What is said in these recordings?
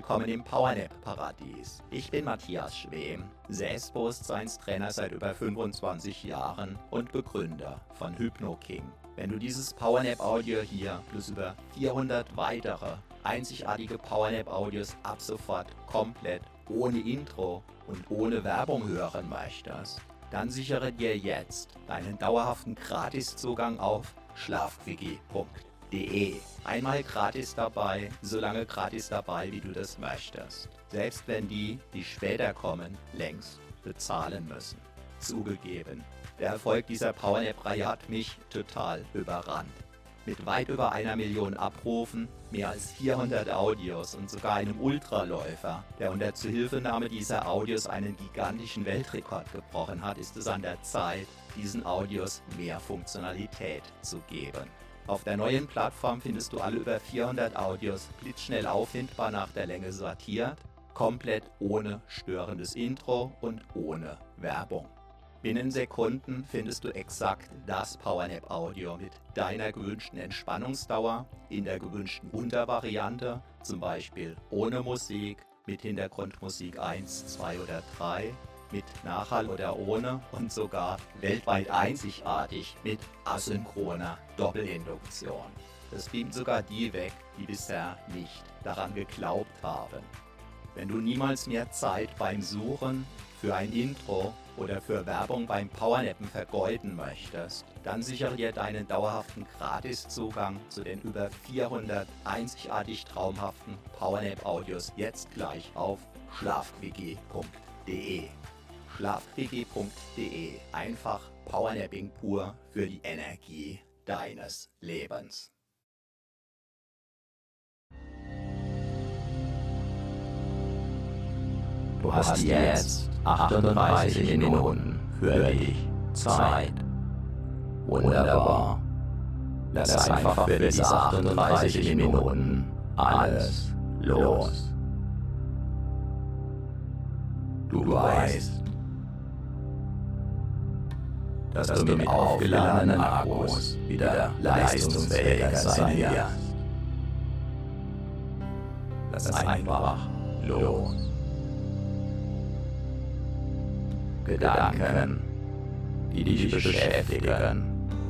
willkommen im PowerNap-Paradies. Ich bin Matthias Schwem, Selbstbewusstseinstrainer seit über 25 Jahren und Begründer von HypnoKing. Wenn du dieses PowerNap-Audio hier plus über 400 weitere einzigartige PowerNap-Audios ab sofort komplett ohne Intro und ohne Werbung hören möchtest, dann sichere dir jetzt deinen dauerhaften Gratiszugang auf schlafquickie.de. Einmal gratis dabei, so lange gratis dabei, wie du das möchtest. Selbst wenn die später kommen, längst bezahlen müssen. Zugegeben, der Erfolg dieser PowerNap-Reihe hat mich total überrannt. Mit weit über 1 Million Abrufen, mehr als 400 Audios und sogar einem Ultraläufer, der unter Zuhilfenahme dieser Audios einen gigantischen Weltrekord gebrochen hat, ist es an der Zeit, diesen Audios mehr Funktionalität zu geben. Auf der neuen Plattform findest du alle über 400 Audios blitzschnell auffindbar nach der Länge sortiert, komplett ohne störendes Intro und ohne Werbung. Binnen Sekunden findest du exakt das PowerNap-Audio mit deiner gewünschten Entspannungsdauer in der gewünschten Untervariante, zum Beispiel ohne Musik, mit Hintergrundmusik 1, 2 oder 3, mit Nachhall oder ohne und sogar weltweit einzigartig mit asynchroner Doppelinduktion. Das beamt sogar die weg, die bisher nicht daran geglaubt haben. Wenn du niemals mehr Zeit beim Suchen für ein Intro oder für Werbung beim Powernappen vergeuden möchtest, dann sichere dir deinen dauerhaften Gratiszugang zu den über 400 einzigartig traumhaften PowerNap-Audios jetzt gleich auf schlafquickie.de. schlafquickie.de. Einfach Powernapping pur für die Energie deines Lebens. Du hast jetzt 38 Minuten für dich Zeit. Wunderbar. Lass einfach für diese 38 Minuten alles los. Du weißt, dass du mit aufgeladenen Akkus wieder leistungsfähiger sein wirst. Lass einfach los. Gedanken, die dich beschäftigen,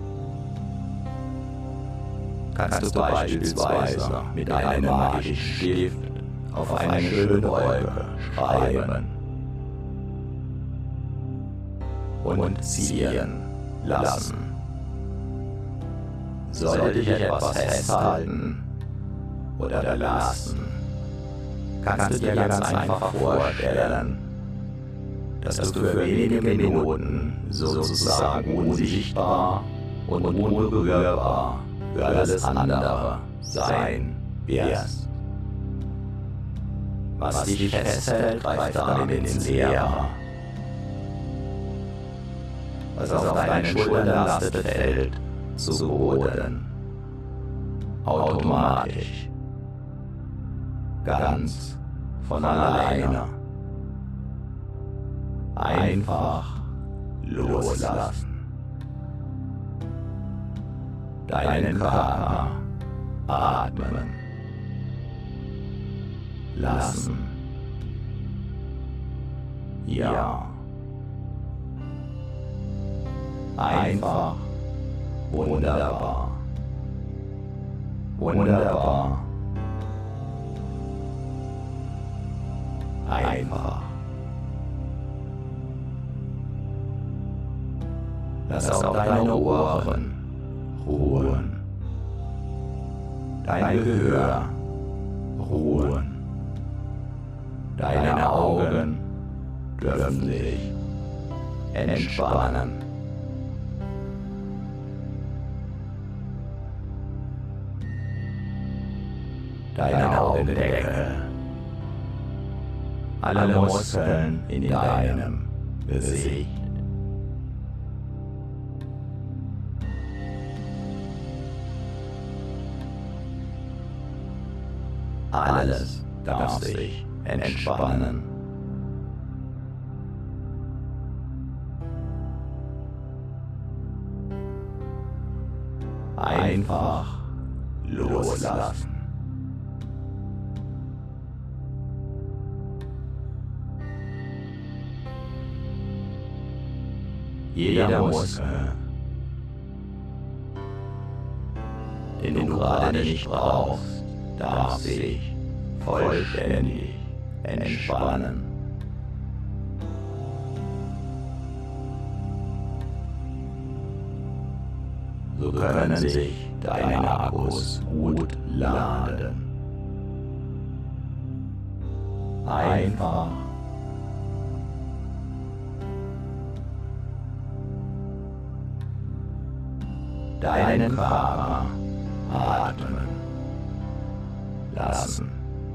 kannst du beispielsweise mit einem magischen Stift auf eine schöne Wolke schreiben und ziehen lassen. Sollte dich etwas festhalten oder belasten, kannst du dir ganz einfach vorstellen, dass du für wenige Minuten sozusagen unsichtbar und unberührbar für alles andere sein wirst. Was dich festhält, greift damit ins Leere. Was auf deinen Schultern lastet, fällt zu Boden. Automatisch. Ganz von alleine. Einfach loslassen. Deinen Körper atmen lassen. Ja. Einfach wunderbar. Wunderbar. Einfach. Lass auch deine Ohren ruhen. Dein Gehör ruhen. Deine Augen dürfen sich entspannen. Deine Augendecke. Alle Muskeln in deinem Gesicht. Alles darf sich entspannen. Einfach loslassen. Jeder Muskel, den du gerade nicht brauchst, darf sich vollständig entspannen. So können sich deine Akkus gut laden. Einfach deinen Körper atmen lassen.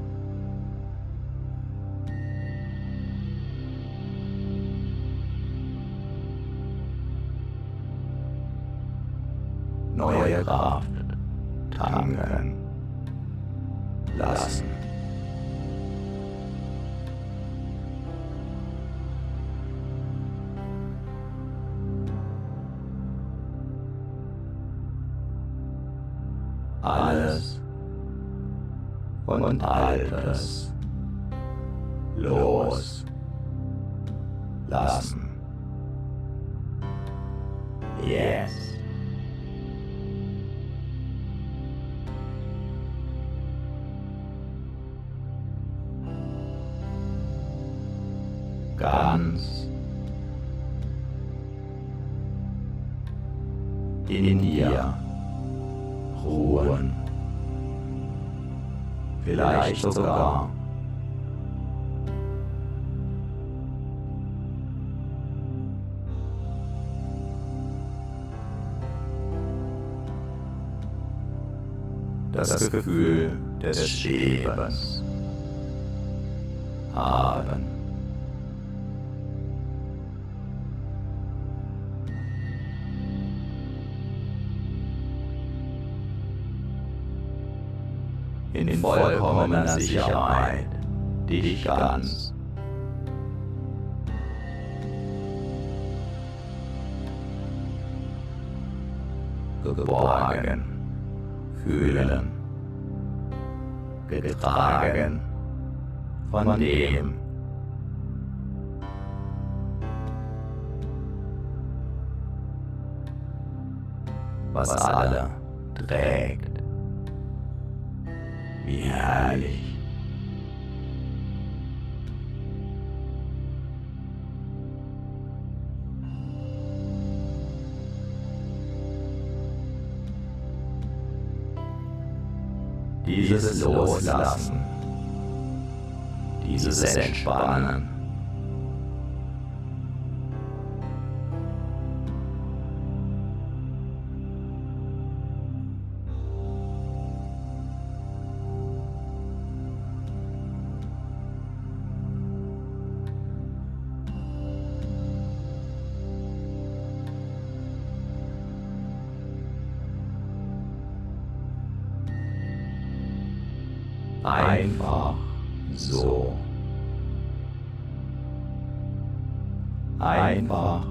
Neue Kraft tanken lassen. Alles und Altes loslassen. Jetzt. Ganz in dir ruhen, vielleicht sogar das Gefühl des Schwebens haben. In vollkommener Sicherheit dich ganz geborgen fühlen, getragen von dem, was alle trägt. Wie herrlich. Dieses Loslassen, dieses Entspannen, einfach so. Einfach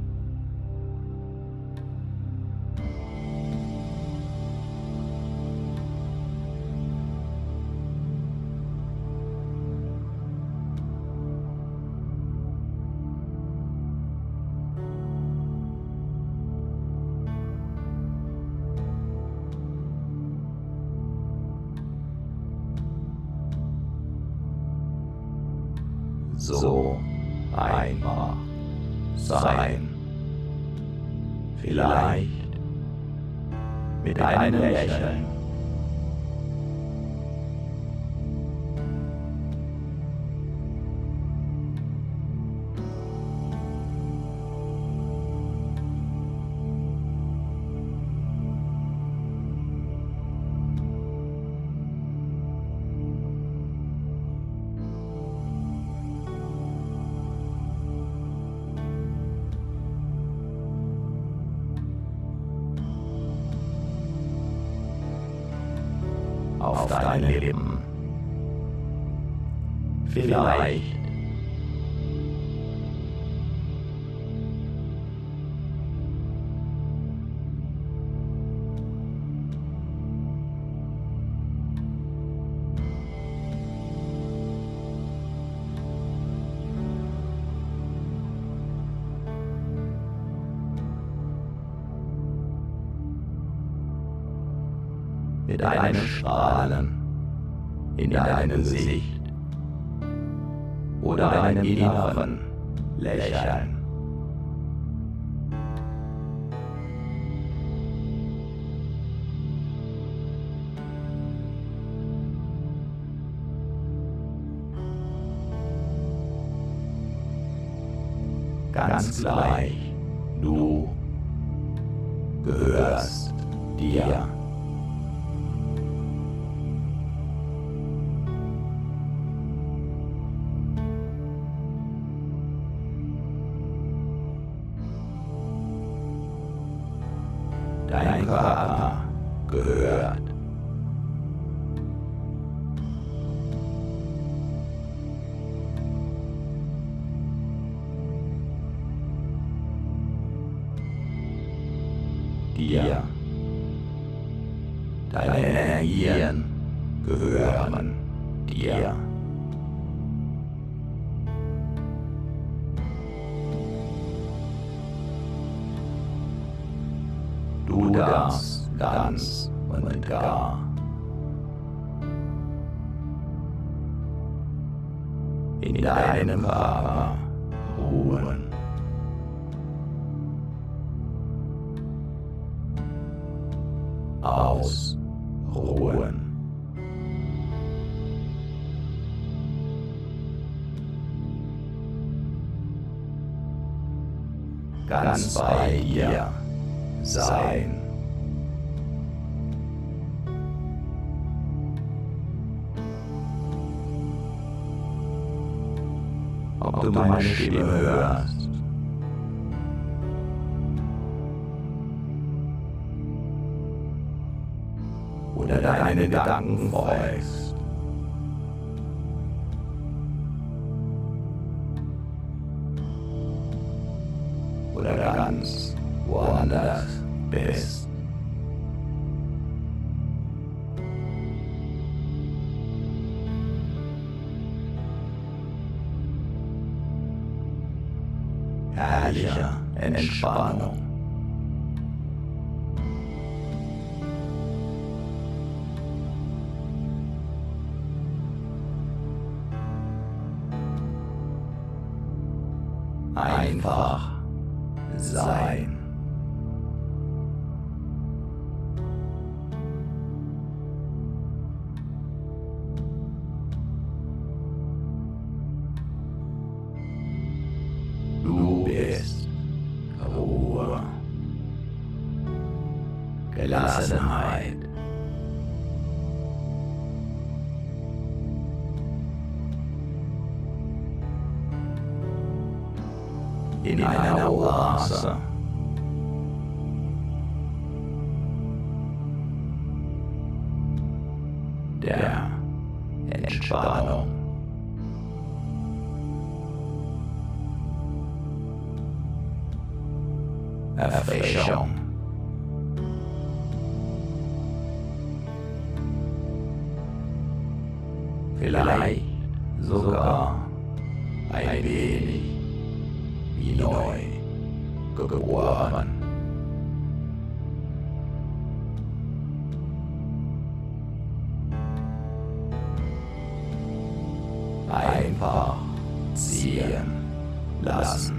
so einfach sein. Vielleicht mit einem Lächeln. Auf deine Lippen. Vielleicht mit einem Strahlen in deinem Gesicht oder einem inneren Lächeln. Ganz gleich, du gehörst dir. Dein Körper gehört. Dir. Deine Energien gehören dir. Du darfst ganz und gar in deinem Körper ruhen. Ausruhen. Ganz bei dir sein. Ob du meine Stimme hörst oder deinen Gedanken folgst, oder ganz woanders bist. Herrliche Entspannung. Einfach sein. Du bist Ruhe, Gelassenheit, in einer Oase. Der Entspannung. Erfrischung. Vielleicht sogar ein wenig wie neu geboren. Einfach ziehen lassen.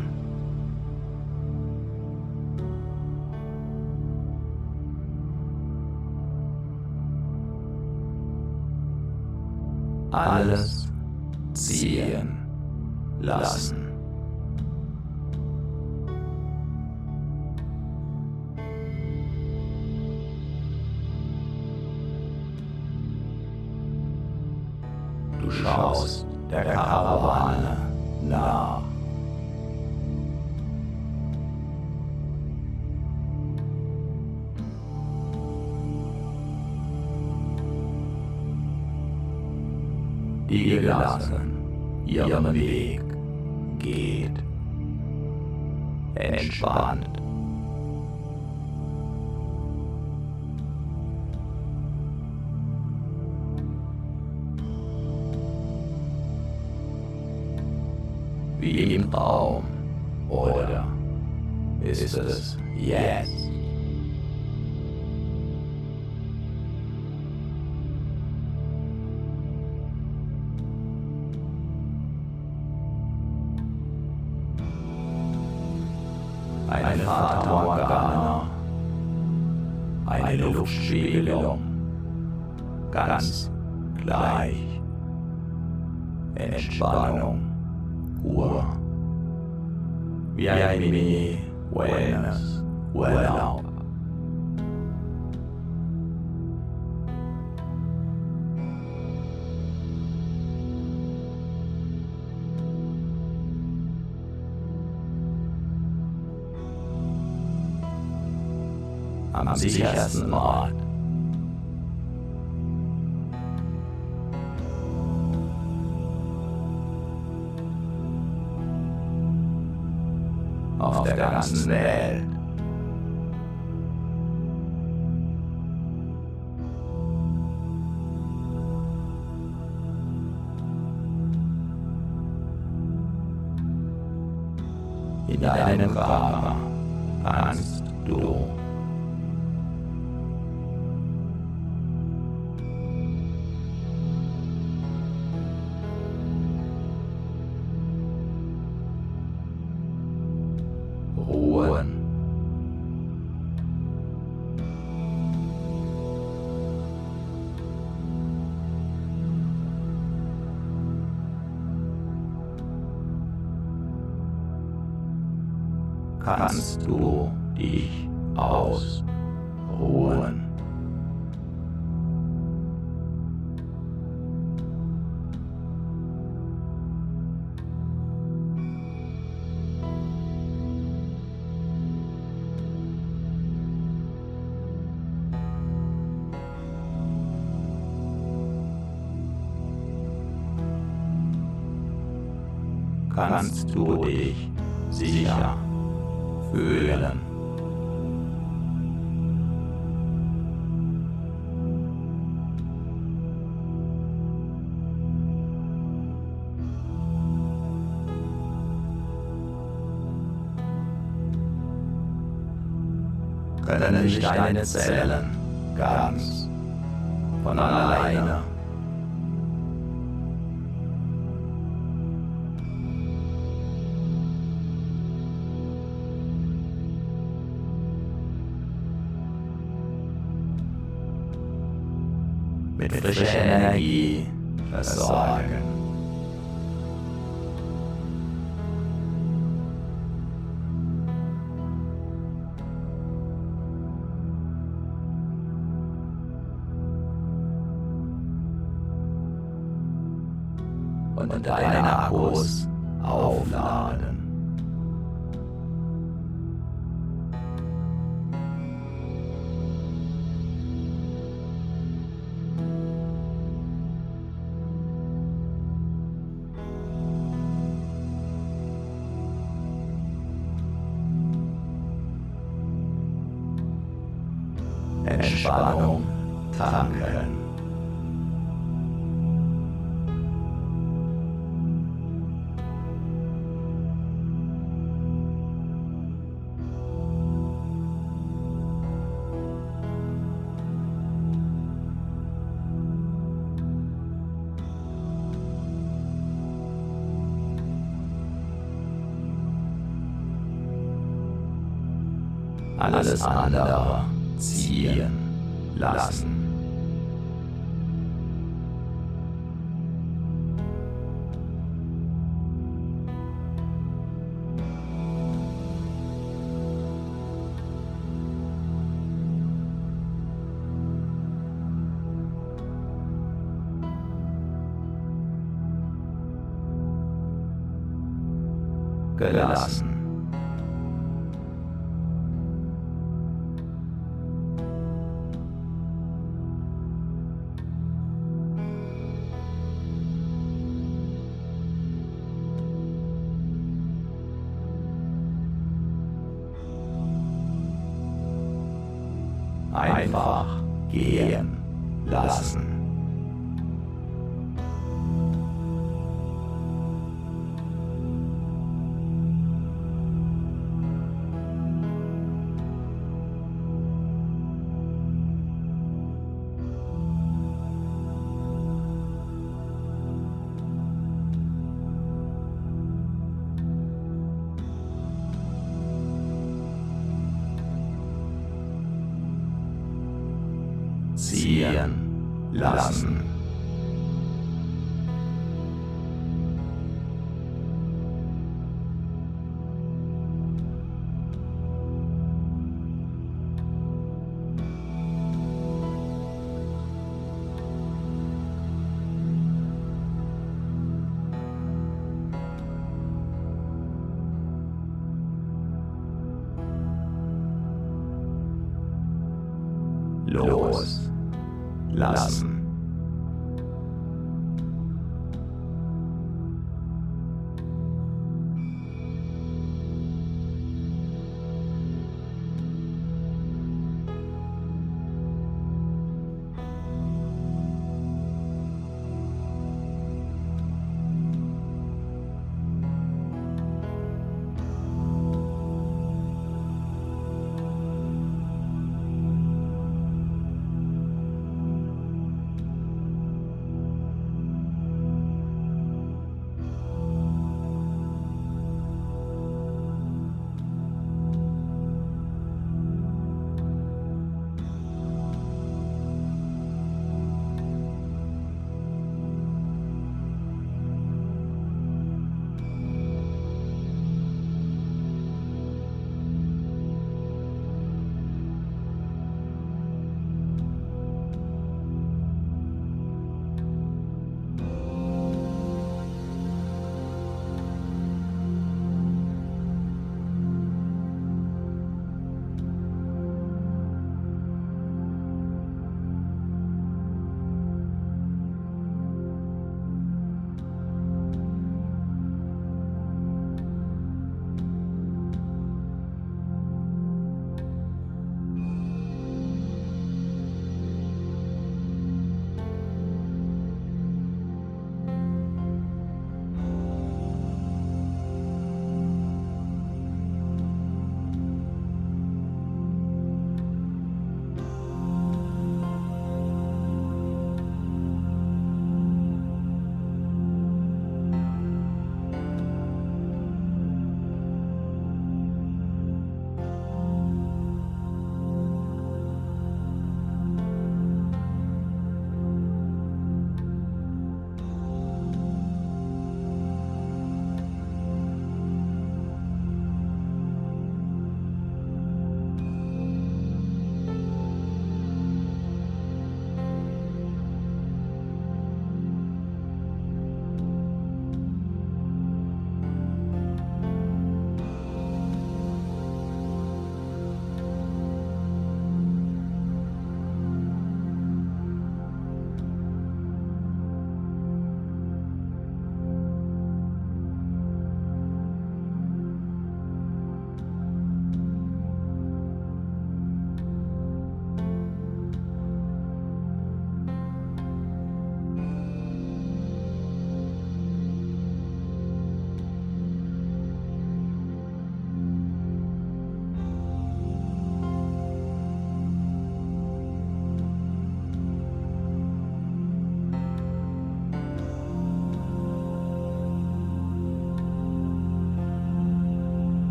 Alles ziehen lassen. Du schaust der Karawane nach. Die gelassen ihren Weg geht, entspannt. Wie im Traum, oder ist es jetzt? eine Luftspiegelung, ganz gleich. Entspannung, Ruhe, wie ein Mini-Wellness-Urlaub. Am sichersten Ort. Auf der ganzen Welt. In deinem Körper kannst du ruhen. Kannst du dich ausruhen. Kannst du dich sicher fühlen. Können sich deine Zellen ganz von alleine mit frischer Energie versorgen. Und deine Akkus aufladen. Entspannung tanken. Alles andere ziehen lassen. Gelassen. Einfach gehen lassen. ziehen lassen. Loslassen.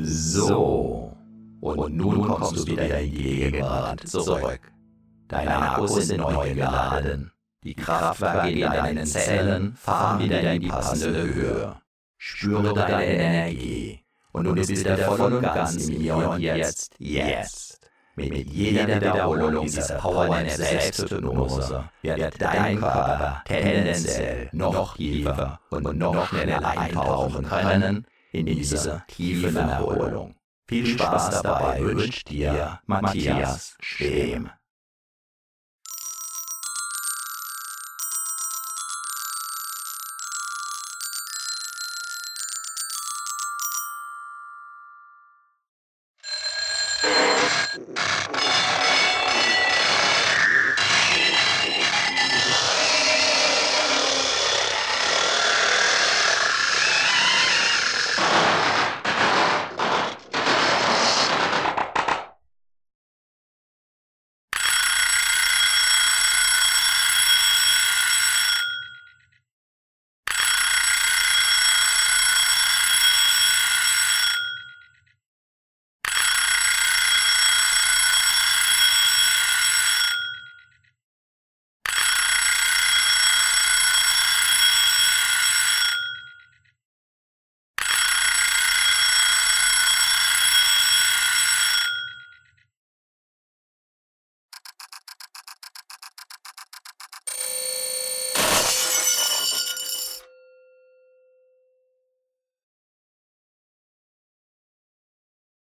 So. Und nun kommst du wieder in die Gegenwart zurück. Deine Akkus sind neu geladen. Die Kraftwerke in deinen Zellen fahren wieder in die passende Höhe. Spüre deine Energie. Und du bist wieder voll und ganz im Hier und Jetzt. Mit jeder Wiederholung dieser Powernap Selbsthypnose wird dein Körper tendenziell noch tiefer und noch schneller eintauchen können in diese tiefe Erholung. Viel Spaß dabei wünscht dir Matthias Schwem.